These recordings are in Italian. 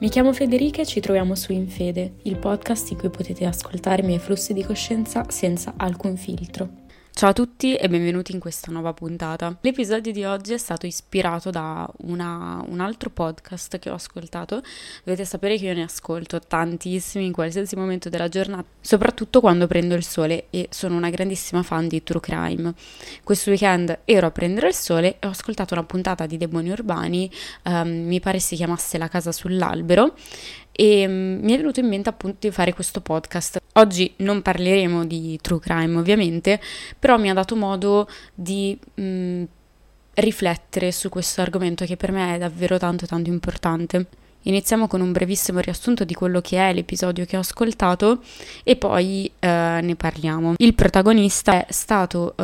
Mi chiamo Federica e ci troviamo su Infede, il podcast in cui potete ascoltare i miei flussi di coscienza senza alcun filtro. Ciao a tutti e benvenuti in questa nuova puntata. L'episodio di oggi è stato ispirato da un altro podcast che ho ascoltato. Dovete sapere che io ne ascolto tantissimi in qualsiasi momento della giornata, soprattutto quando prendo il sole, e sono una grandissima fan di True Crime. Questo weekend ero a prendere il sole e ho ascoltato una puntata di Demoni Urbani, mi pare si chiamasse La casa sull'albero, e mi è venuto in mente appunto di fare questo podcast. Oggi non parleremo di True Crime ovviamente, però mi ha dato modo di riflettere su questo argomento che per me è davvero tanto tanto importante. Iniziamo con un brevissimo riassunto di quello che è l'episodio che ho ascoltato e poi ne parliamo. Il protagonista è stato,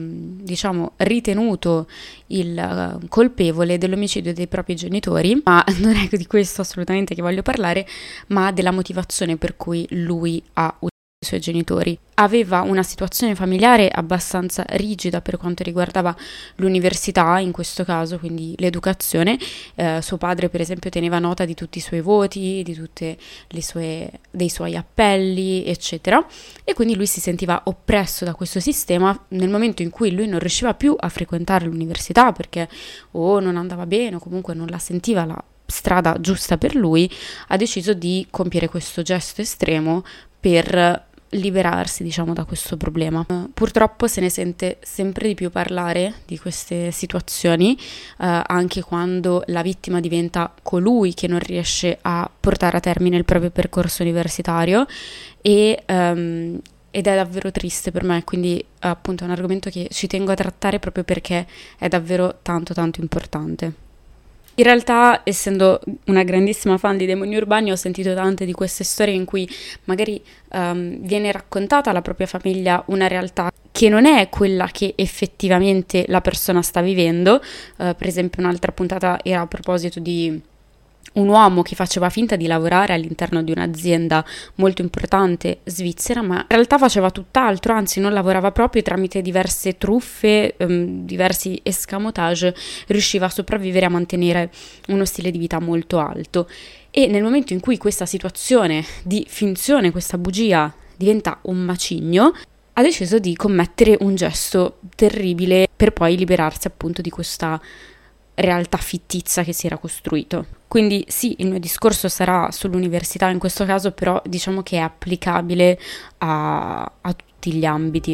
ritenuto il colpevole dell'omicidio dei propri genitori, ma non è di questo assolutamente che voglio parlare, ma della motivazione per cui lui ha ucciso i suoi genitori. Aveva una situazione familiare abbastanza rigida per quanto riguardava l'università, in questo caso, quindi l'educazione. Suo padre, per esempio, teneva nota di tutti i suoi voti, di tutte dei suoi appelli, eccetera, e quindi lui si sentiva oppresso da questo sistema nel momento in cui lui non riusciva più a frequentare l'università perché o non andava bene o comunque non la sentiva la strada giusta per lui. Ha deciso di compiere questo gesto estremo per liberarsi, da questo problema. Purtroppo se ne sente sempre di più parlare di queste situazioni, anche quando la vittima diventa colui che non riesce a portare a termine il proprio percorso universitario, ed è davvero triste per me, quindi appunto è un argomento che ci tengo a trattare proprio perché è davvero tanto tanto importante. In realtà, essendo una grandissima fan di Demoni Urbani, ho sentito tante di queste storie in cui magari viene raccontata alla propria famiglia una realtà che non è quella che effettivamente la persona sta vivendo. Per esempio, un'altra puntata era a proposito di un uomo che faceva finta di lavorare all'interno di un'azienda molto importante svizzera, ma in realtà faceva tutt'altro, anzi non lavorava proprio, tramite diverse truffe, diversi escamotage, riusciva a sopravvivere e a mantenere uno stile di vita molto alto. E nel momento in cui questa situazione di finzione, questa bugia diventa un macigno, ha deciso di commettere un gesto terribile per poi liberarsi appunto di questa realtà fittizia che si era costruito. Quindi sì, il mio discorso sarà sull'università in questo caso, però diciamo che è applicabile a tutti gli ambiti.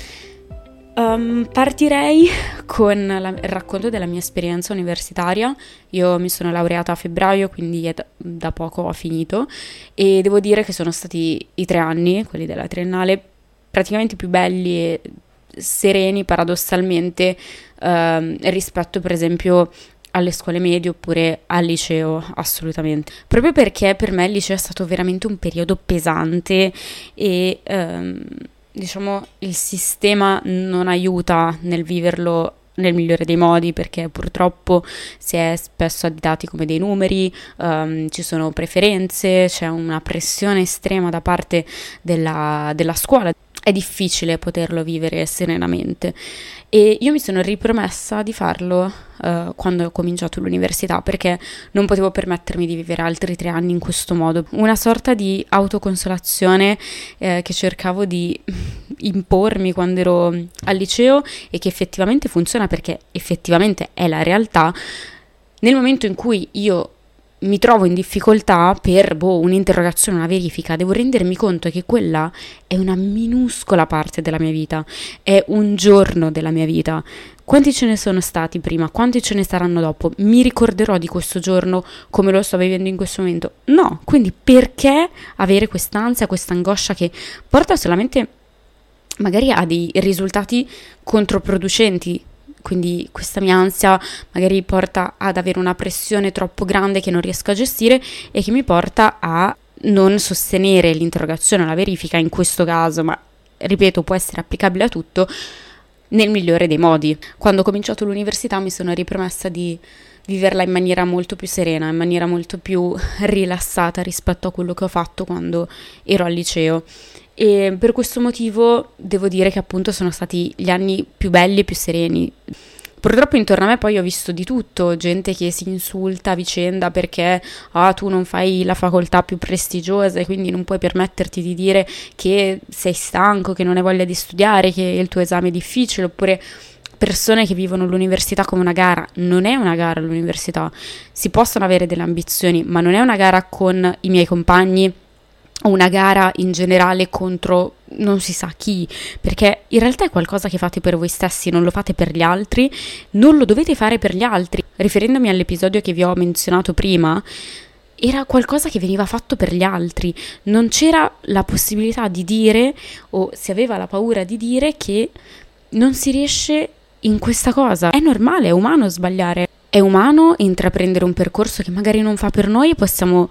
Partirei con il racconto della mia esperienza universitaria. Io mi sono laureata a febbraio, quindi da poco ho finito, e devo dire che sono stati i 3 anni, quelli della triennale, praticamente più belli e sereni paradossalmente rispetto per esempio alle scuole medie oppure al liceo, assolutamente, proprio perché per me il liceo è stato veramente un periodo pesante e il sistema non aiuta nel viverlo nel migliore dei modi, perché purtroppo si è spesso additati come dei numeri, ci sono preferenze, c'è una pressione estrema da parte della scuola. È difficile poterlo vivere serenamente e io mi sono ripromessa di farlo quando ho cominciato l'università, perché non potevo permettermi di vivere altri 3 anni in questo modo. Una sorta di autoconsolazione che cercavo di impormi quando ero al liceo e che effettivamente funziona, perché effettivamente è la realtà. Nel momento in cui io mi trovo in difficoltà per un'interrogazione, una verifica, devo rendermi conto che quella è una minuscola parte della mia vita, è un giorno della mia vita. Quanti ce ne sono stati prima? Quanti ce ne saranno dopo? Mi ricorderò di questo giorno come lo sto vivendo in questo momento? No, quindi perché avere quest'ansia, questa angoscia che porta solamente magari a dei risultati controproducenti? Quindi questa mia ansia magari porta ad avere una pressione troppo grande che non riesco a gestire e che mi porta a non sostenere l'interrogazione o la verifica in questo caso, ma ripeto, può essere applicabile a tutto, nel migliore dei modi. Quando ho cominciato l'università mi sono ripromessa di viverla in maniera molto più serena, in maniera molto più rilassata rispetto a quello che ho fatto quando ero al liceo. E per questo motivo devo dire che appunto sono stati gli anni più belli e più sereni. Purtroppo intorno a me poi ho visto di tutto, gente che si insulta a vicenda perché tu non fai la facoltà più prestigiosa e quindi non puoi permetterti di dire che sei stanco, che non hai voglia di studiare, che il tuo esame è difficile, oppure persone che vivono l'università come una gara. Non è una gara l'università, si possono avere delle ambizioni, ma non è una gara con i miei compagni o una gara in generale contro non si sa chi, perché in realtà è qualcosa che fate per voi stessi, non lo fate per gli altri, non lo dovete fare per gli altri. Riferendomi all'episodio che vi ho menzionato prima, era qualcosa che veniva fatto per gli altri, non c'era la possibilità di dire, o si aveva la paura di dire, che non si riesce in questa cosa. È normale, è umano sbagliare, è umano intraprendere un percorso che magari non fa per noi e possiamo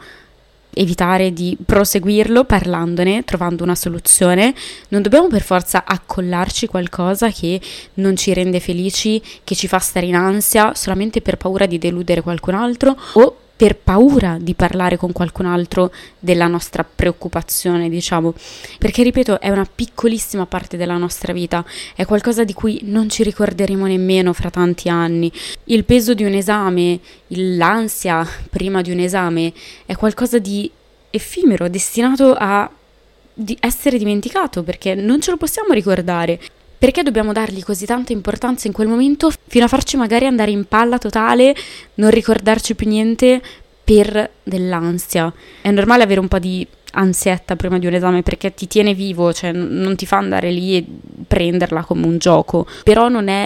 evitare di proseguirlo parlandone, trovando una soluzione. Non dobbiamo per forza accollarci qualcosa che non ci rende felici, che ci fa stare in ansia solamente per paura di deludere qualcun altro o per paura di parlare con qualcun altro della nostra preoccupazione, diciamo, perché ripeto, è una piccolissima parte della nostra vita, è qualcosa di cui non ci ricorderemo nemmeno fra tanti anni. Il peso di un esame, l'ansia prima di un esame è qualcosa di effimero, destinato a essere dimenticato, perché non ce lo possiamo ricordare. Perché dobbiamo dargli così tanta importanza in quel momento fino a farci magari andare in palla totale, non ricordarci più niente per dell'ansia? È normale avere un po' di ansietta prima di un esame perché ti tiene vivo, cioè non ti fa andare lì e prenderla come un gioco. Però non è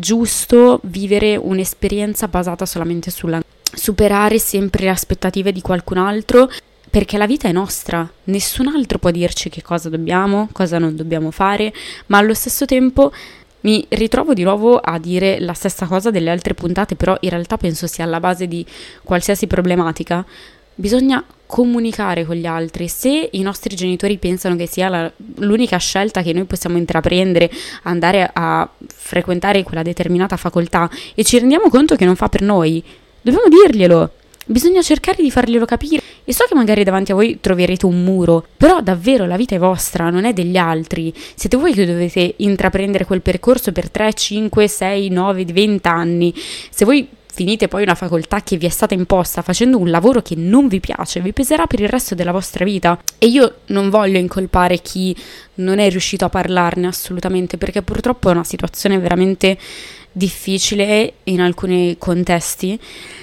giusto vivere un'esperienza basata solamente sulla superare sempre le aspettative di qualcun altro, perché la vita è nostra, nessun altro può dirci che cosa dobbiamo, cosa non dobbiamo fare, ma allo stesso tempo mi ritrovo di nuovo a dire la stessa cosa delle altre puntate, però in realtà penso sia alla base di qualsiasi problematica. Bisogna comunicare con gli altri. Se i nostri genitori pensano che sia l'unica scelta che noi possiamo intraprendere, andare a frequentare quella determinata facoltà, e ci rendiamo conto che non fa per noi, dobbiamo dirglielo. Bisogna cercare di farglielo capire. E so che magari davanti a voi troverete un muro, però davvero la vita è vostra, non è degli altri. Siete voi che dovete intraprendere quel percorso per 3, 5, 6, 9, 20 anni. Se voi finite poi una facoltà che vi è stata imposta facendo un lavoro che non vi piace, vi peserà per il resto della vostra vita. E io non voglio incolpare chi non è riuscito a parlarne assolutamente, perché purtroppo è una situazione veramente difficile in alcuni contesti.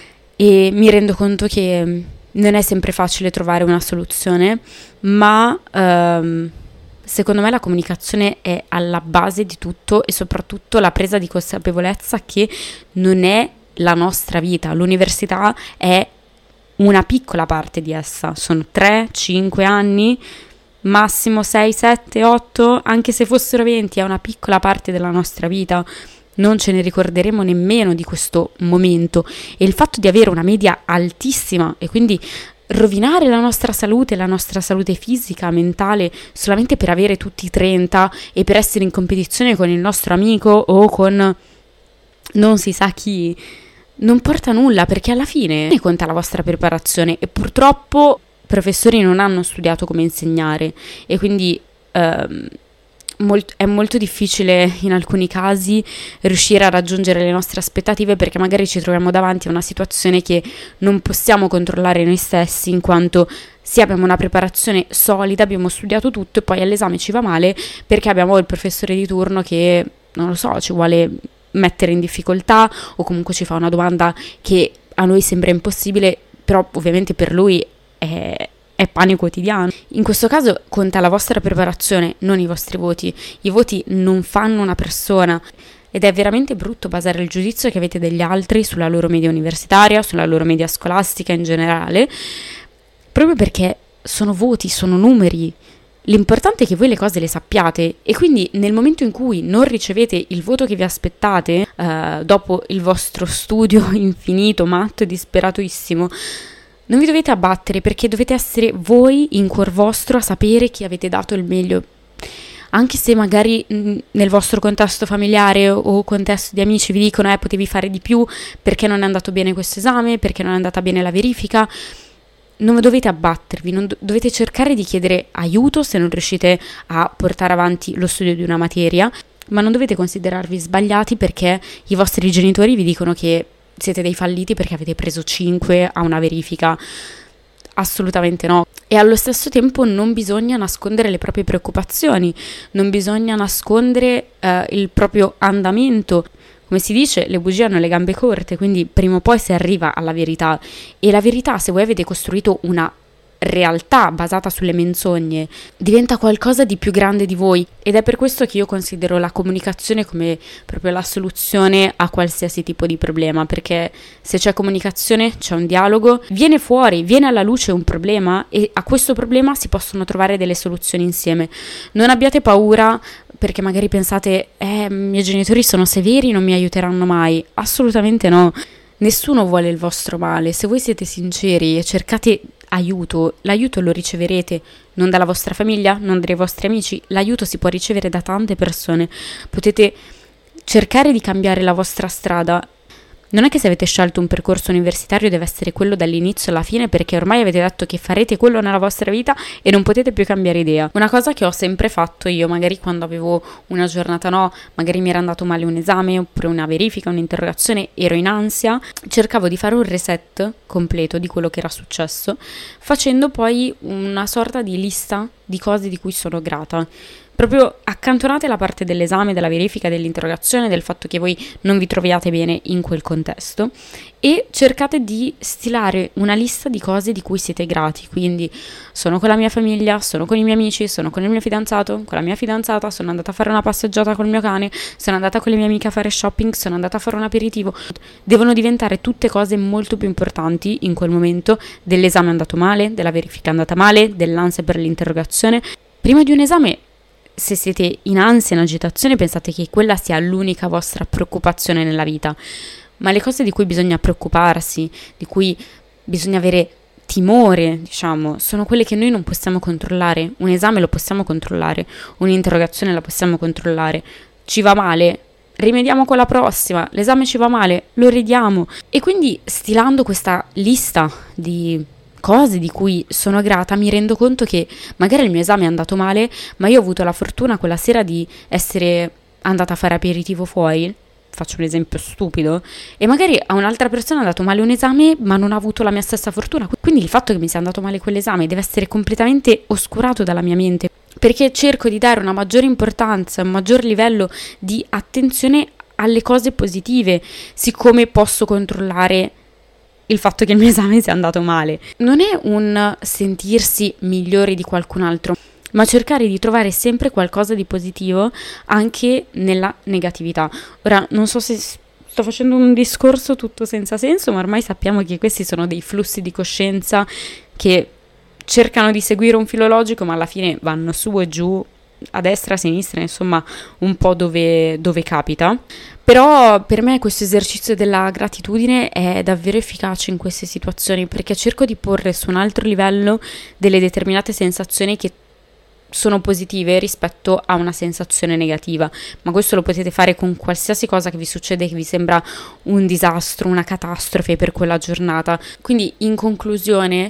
E mi rendo conto che non è sempre facile trovare una soluzione, ma secondo me la comunicazione è alla base di tutto, e soprattutto la presa di consapevolezza che non è la nostra vita. L'università è una piccola parte di essa, sono 3, 5 anni, massimo 6, 7, 8, anche se fossero 20, è una piccola parte della nostra vita. Non ce ne ricorderemo nemmeno di questo momento, e il fatto di avere una media altissima e quindi rovinare la nostra salute fisica, mentale, solamente per avere tutti i 30 e per essere in competizione con il nostro amico o con non si sa chi, non porta nulla, perché alla fine conta la vostra preparazione, e purtroppo i professori non hanno studiato come insegnare, e quindi è molto difficile in alcuni casi riuscire a raggiungere le nostre aspettative, perché magari ci troviamo davanti a una situazione che non possiamo controllare noi stessi, in quanto sì, abbiamo una preparazione solida, abbiamo studiato tutto, e poi all'esame ci va male perché abbiamo il professore di turno che, non lo so, ci vuole mettere in difficoltà, o comunque ci fa una domanda che a noi sembra impossibile, però ovviamente per lui è pane quotidiano. In questo caso conta la vostra preparazione, non i vostri voti. I voti non fanno una persona, ed è veramente brutto basare il giudizio che avete degli altri sulla loro media universitaria, sulla loro media scolastica in generale, proprio perché sono voti, sono numeri. L'importante è che voi le cose le sappiate, e quindi nel momento in cui non ricevete il voto che vi aspettate, dopo il vostro studio infinito, matto e disperatissimo, non vi dovete abbattere, perché dovete essere voi in cuor vostro a sapere che avete dato il meglio. Anche se magari nel vostro contesto familiare o contesto di amici vi dicono potevi fare di più perché non è andato bene questo esame, perché non è andata bene la verifica, non dovete abbattervi, non dovete cercare di chiedere aiuto se non riuscite a portare avanti lo studio di una materia. ma non dovete considerarvi sbagliati perché i vostri genitori vi dicono che siete dei falliti perché avete preso 5 a una verifica. Assolutamente no. E allo stesso tempo non bisogna nascondere le proprie preoccupazioni, non bisogna nascondere il proprio andamento. Come si dice, le bugie hanno le gambe corte, quindi prima o poi si arriva alla verità. E la verità, se voi avete costruito una realtà basata sulle menzogne, diventa qualcosa di più grande di voi, ed è per questo che io considero la comunicazione come proprio la soluzione a qualsiasi tipo di problema, perché se c'è comunicazione, c'è un dialogo, viene fuori, viene alla luce un problema e a questo problema si possono trovare delle soluzioni insieme. Non abbiate paura perché magari pensate i miei genitori sono severi, non mi aiuteranno mai. Assolutamente no. Nessuno vuole il vostro male. Se voi siete sinceri e cercate aiuto, l'aiuto lo riceverete, non dalla vostra famiglia, non dai vostri amici, l'aiuto si può ricevere da tante persone. Potete cercare di cambiare la vostra strada. Non è che se avete scelto un percorso universitario deve essere quello dall'inizio alla fine, perché ormai avete detto che farete quello nella vostra vita e non potete più cambiare idea. Una cosa che ho sempre fatto io, magari quando avevo una giornata magari mi era andato male un esame oppure una verifica, un'interrogazione, ero in ansia, cercavo di fare un reset completo di quello che era successo, facendo poi una sorta di lista di cose di cui sono grata. Proprio accantonate la parte dell'esame, della verifica, dell'interrogazione, del fatto che voi non vi troviate bene in quel contesto, e cercate di stilare una lista di cose di cui siete grati. Quindi sono con la mia famiglia, sono con i miei amici, sono con il mio fidanzato, con la mia fidanzata, sono andata a fare una passeggiata col mio cane, sono andata con le mie amiche a fare shopping, sono andata a fare un aperitivo. Devono diventare tutte cose molto più importanti in quel momento dell'esame andato male, della verifica andata male, dell'ansia per l'interrogazione. Prima di un esame, se siete in ansia, in agitazione, pensate che quella sia l'unica vostra preoccupazione nella vita, ma le cose di cui bisogna preoccuparsi, di cui bisogna avere timore, diciamo, sono quelle che noi non possiamo controllare. Un esame lo possiamo controllare, un'interrogazione la possiamo controllare. Ci va male? Rimediamo con la prossima. L'esame ci va male? Lo ridiamo. E quindi, stilando questa lista di cose di cui sono grata, mi rendo conto che magari il mio esame è andato male, ma io ho avuto la fortuna quella sera di essere andata a fare aperitivo fuori, faccio un esempio stupido, e magari a un'altra persona è andato male un esame ma non ha avuto la mia stessa fortuna. Quindi il fatto che mi sia andato male quell'esame deve essere completamente oscurato dalla mia mente, perché cerco di dare una maggiore importanza, un maggior livello di attenzione alle cose positive, siccome posso controllare il fatto che il mio esame sia andato male. Non è un sentirsi migliori di qualcun altro, ma cercare di trovare sempre qualcosa di positivo anche nella negatività. Ora, non so se sto facendo un discorso tutto senza senso, ma ormai sappiamo che questi sono dei flussi di coscienza che cercano di seguire un filo logico, ma alla fine vanno su e giù, a destra, a sinistra, insomma, un po' dove capita. Però per me questo esercizio della gratitudine è davvero efficace in queste situazioni, perché cerco di porre su un altro livello delle determinate sensazioni che sono positive rispetto a una sensazione negativa. Ma questo lo potete fare con qualsiasi cosa che vi succede, che vi sembra un disastro, una catastrofe per quella giornata. Quindi, in conclusione,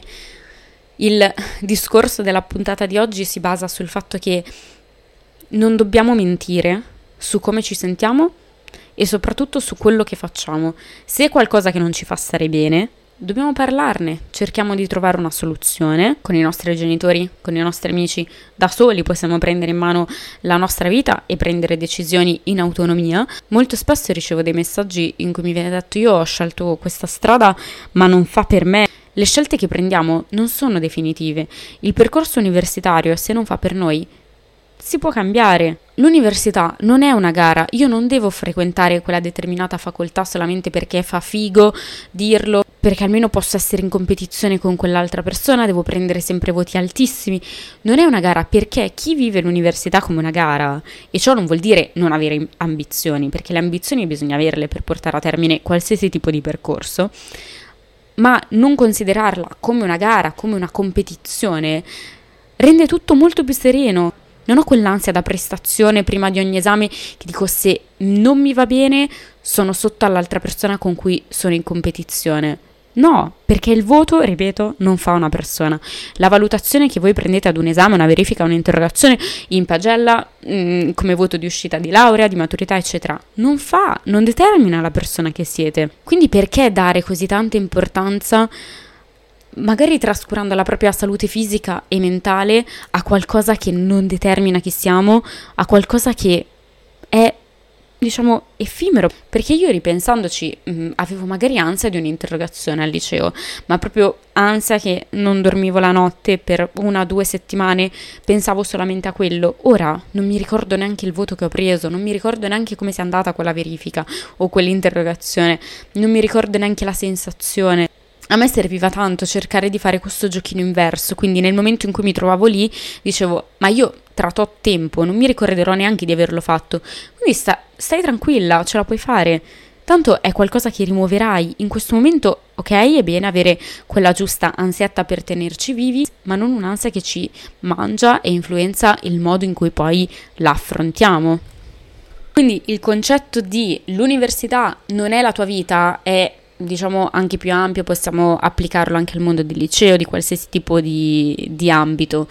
il discorso della puntata di oggi si basa sul fatto che non dobbiamo mentire su come ci sentiamo e soprattutto su quello che facciamo. Se è qualcosa che non ci fa stare bene, dobbiamo parlarne, cerchiamo di trovare una soluzione con i nostri genitori, con i nostri amici. Da soli possiamo prendere in mano la nostra vita e prendere decisioni in autonomia. Molto spesso ricevo dei messaggi in cui mi viene detto: io ho scelto questa strada ma non fa per me. Le scelte che prendiamo non sono definitive. Il percorso universitario, se non fa per noi, si può cambiare. L'università non è una gara. Io non devo frequentare quella determinata facoltà solamente perché fa figo dirlo, perché almeno posso essere in competizione con quell'altra persona, devo prendere sempre voti altissimi. Non è una gara, perché chi vive l'università come una gara, e ciò non vuol dire non avere ambizioni, perché le ambizioni bisogna averle per portare a termine qualsiasi tipo di percorso, ma non considerarla come una gara, come una competizione, rende tutto molto più sereno. Non ho quell'ansia da prestazione prima di ogni esame che dico: se non mi va bene sono sotto all'altra persona con cui sono in competizione. No, perché il voto, ripeto, non fa una persona. La valutazione che voi prendete ad un esame, una verifica, un'interrogazione in pagella, come voto di uscita di laurea, di maturità, eccetera, non determina la persona che siete. Quindi perché dare così tanta importanza, magari trascurando la propria salute fisica e mentale, a qualcosa che non determina chi siamo, a qualcosa che è, diciamo, effimero? Perché io, ripensandoci, avevo magari ansia di un'interrogazione al liceo, ma proprio ansia che non dormivo la notte per 1 o 2 settimane, pensavo solamente a quello. Ora non mi ricordo neanche il voto che ho preso, non mi ricordo neanche come sia andata quella verifica o quell'interrogazione, non mi ricordo neanche la sensazione. A me serviva tanto cercare di fare questo giochino inverso, quindi nel momento in cui mi trovavo lì dicevo, ma io tra tot tempo non mi ricorderò neanche di averlo fatto, quindi stai tranquilla, ce la puoi fare, tanto è qualcosa che rimuoverai. In questo momento, ok, è bene avere quella giusta ansietta per tenerci vivi, ma non un'ansia che ci mangia e influenza il modo in cui poi la affrontiamo. Quindi il concetto di l'università non è la tua vita è, diciamo, anche più ampio, possiamo applicarlo anche al mondo del liceo, di qualsiasi tipo di ambito,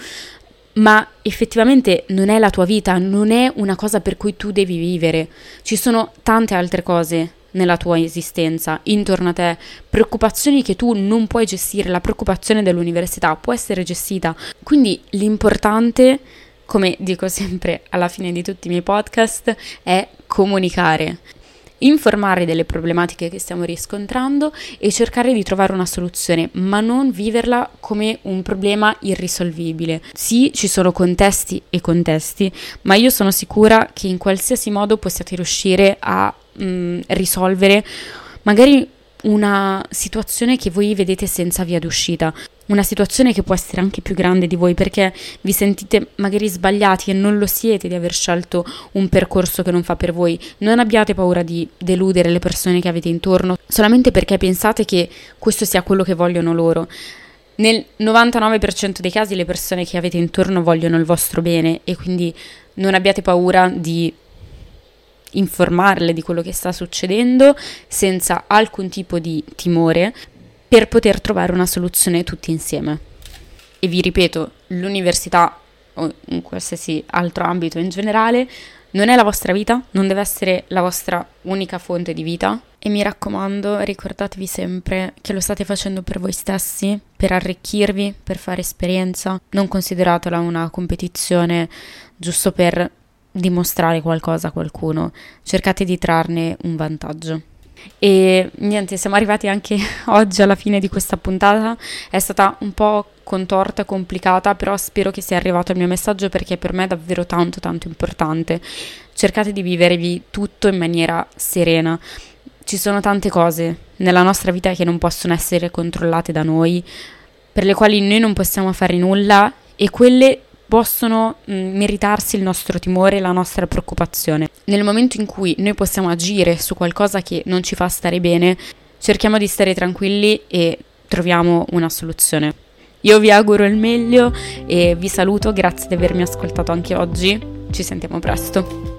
ma effettivamente non è la tua vita, non è una cosa per cui tu devi vivere. Ci sono tante altre cose nella tua esistenza, intorno a te, preoccupazioni che tu non puoi gestire. La preoccupazione dell'università può essere gestita, quindi l'importante, come dico sempre alla fine di tutti i miei podcast, è comunicare, informare delle problematiche che stiamo riscontrando e cercare di trovare una soluzione, ma non viverla come un problema irrisolvibile. Sì, ci sono contesti e contesti, ma io sono sicura che in qualsiasi modo possiate riuscire a risolvere magari una situazione che voi vedete senza via d'uscita, una situazione che può essere anche più grande di voi perché vi sentite magari sbagliati e non lo siete di aver scelto un percorso che non fa per voi. Non abbiate paura di deludere le persone che avete intorno solamente perché pensate che questo sia quello che vogliono loro. Nel 99% dei casi le persone che avete intorno vogliono il vostro bene e quindi non abbiate paura di informarle di quello che sta succedendo senza alcun tipo di timore per poter trovare una soluzione tutti insieme. E vi ripeto, l'università o in qualsiasi altro ambito in generale non è la vostra vita, non deve essere la vostra unica fonte di vita e mi raccomando, ricordatevi sempre che lo state facendo per voi stessi, per arricchirvi, per fare esperienza, non consideratela una competizione giusto per dimostrare qualcosa a qualcuno, cercate di trarne un vantaggio. E niente, siamo arrivati anche oggi alla fine di questa puntata, è stata un po' contorta e complicata, però spero che sia arrivato il mio messaggio perché per me è davvero tanto tanto importante. Cercate di vivervi tutto in maniera serena. Ci sono tante cose nella nostra vita che non possono essere controllate da noi, per le quali noi non possiamo fare nulla e quelle possono meritarsi il nostro timore e la nostra preoccupazione. Nel momento in cui noi possiamo agire su qualcosa che non ci fa stare bene, cerchiamo di stare tranquilli e troviamo una soluzione. Io vi auguro il meglio e vi saluto, grazie di avermi ascoltato anche oggi, ci sentiamo presto.